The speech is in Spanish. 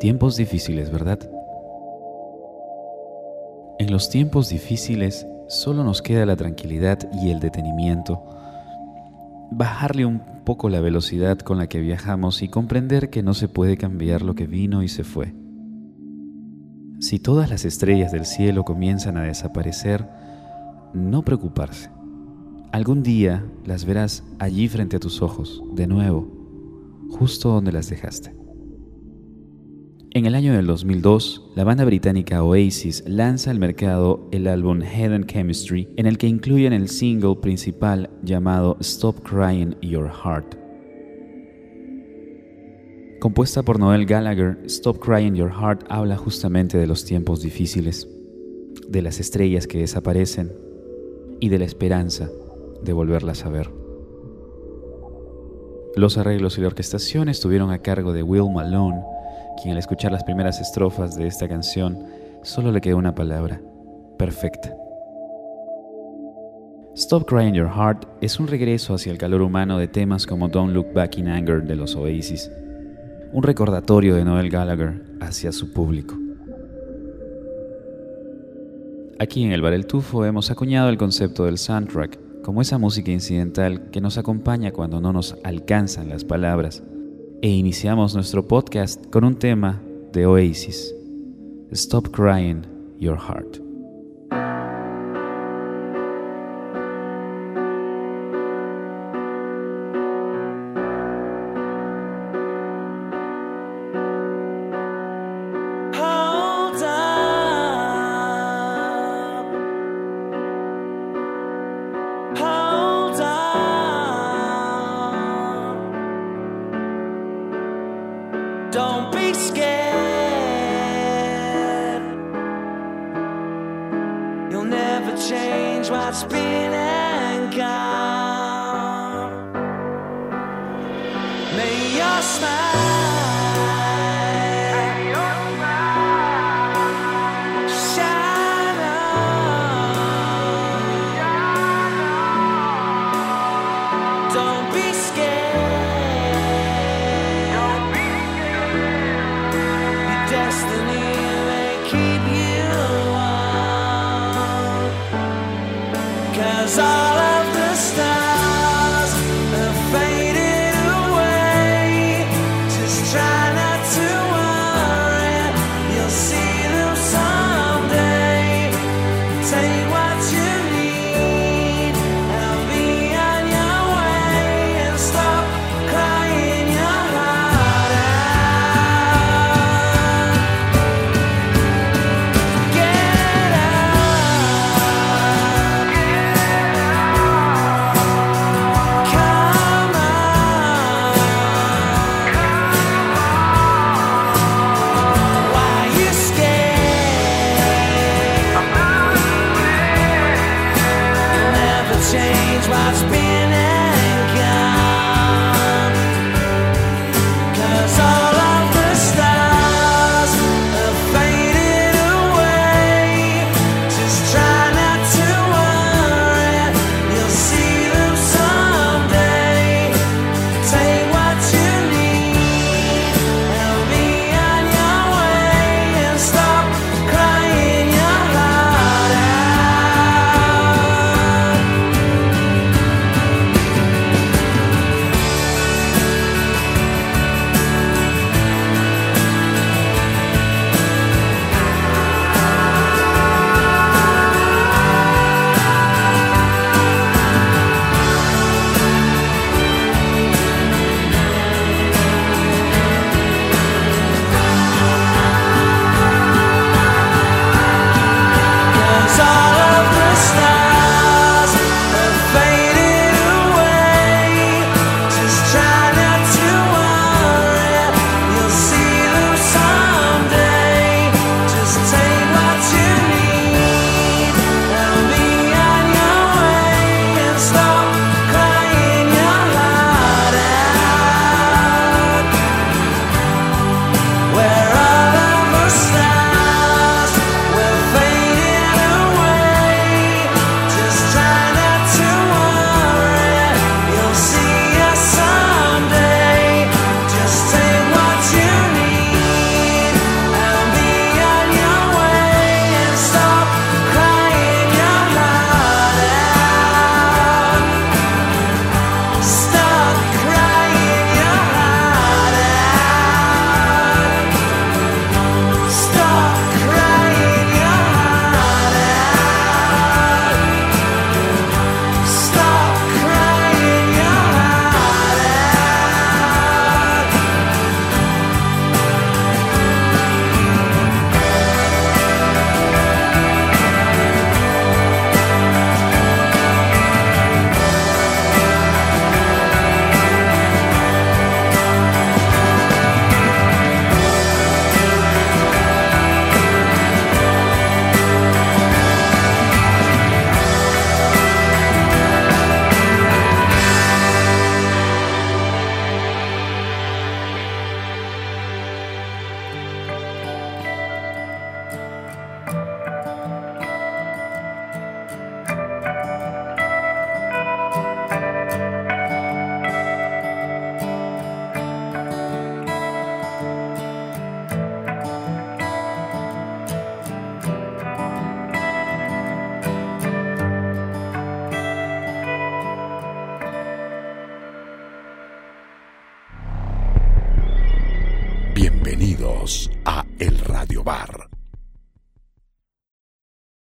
Tiempos difíciles, ¿verdad? En los tiempos difíciles solo nos queda la tranquilidad y el detenimiento. Bajarle un poco la velocidad con la que viajamos y comprender que no se puede cambiar lo que vino y se fue. Si todas las estrellas del cielo comienzan a desaparecer, no preocuparse. Algún día las verás allí frente a tus ojos, de nuevo, justo donde las dejaste. En el año del 2002, la banda británica Oasis lanza al mercado el álbum Head and Chemistry, en el que incluyen el single principal llamado Stop Crying Your Heart. Compuesta por Noel Gallagher, Stop Crying Your Heart habla justamente de los tiempos difíciles, de las estrellas que desaparecen y de la esperanza de volverlas a ver. Los arreglos y la orquestación estuvieron a cargo de Will Malone, quien al escuchar las primeras estrofas de esta canción solo le quedó una palabra: perfecta. Stop Crying Your Heart es un regreso hacia el calor humano de temas como Don't Look Back in Anger de los Oasis, un recordatorio de Noel Gallagher hacia su público. Aquí en el Bar El Tufo hemos acuñado el concepto del soundtrack como esa música incidental que nos acompaña cuando no nos alcanzan las palabras, e iniciamos nuestro podcast con un tema de Oasis, Stop Crying Your Heart. Don't be scared. You'll never change what's been and gone. May your smile shine on. Don't be scared. Destiny may keep you on, 'cause all of the stars have faded away. Just try not to worry, you'll see them someday. Take what you need and be on your way, and stop crying your heart out. Get up, come on. Why you scared? You'll never change what's been and gone, 'cause all of the stars have faded away. Just try not to worry, you'll see them someday. Take what you need and be on your way, and stop crying your heart out. Bienvenidos a El Radio Bar.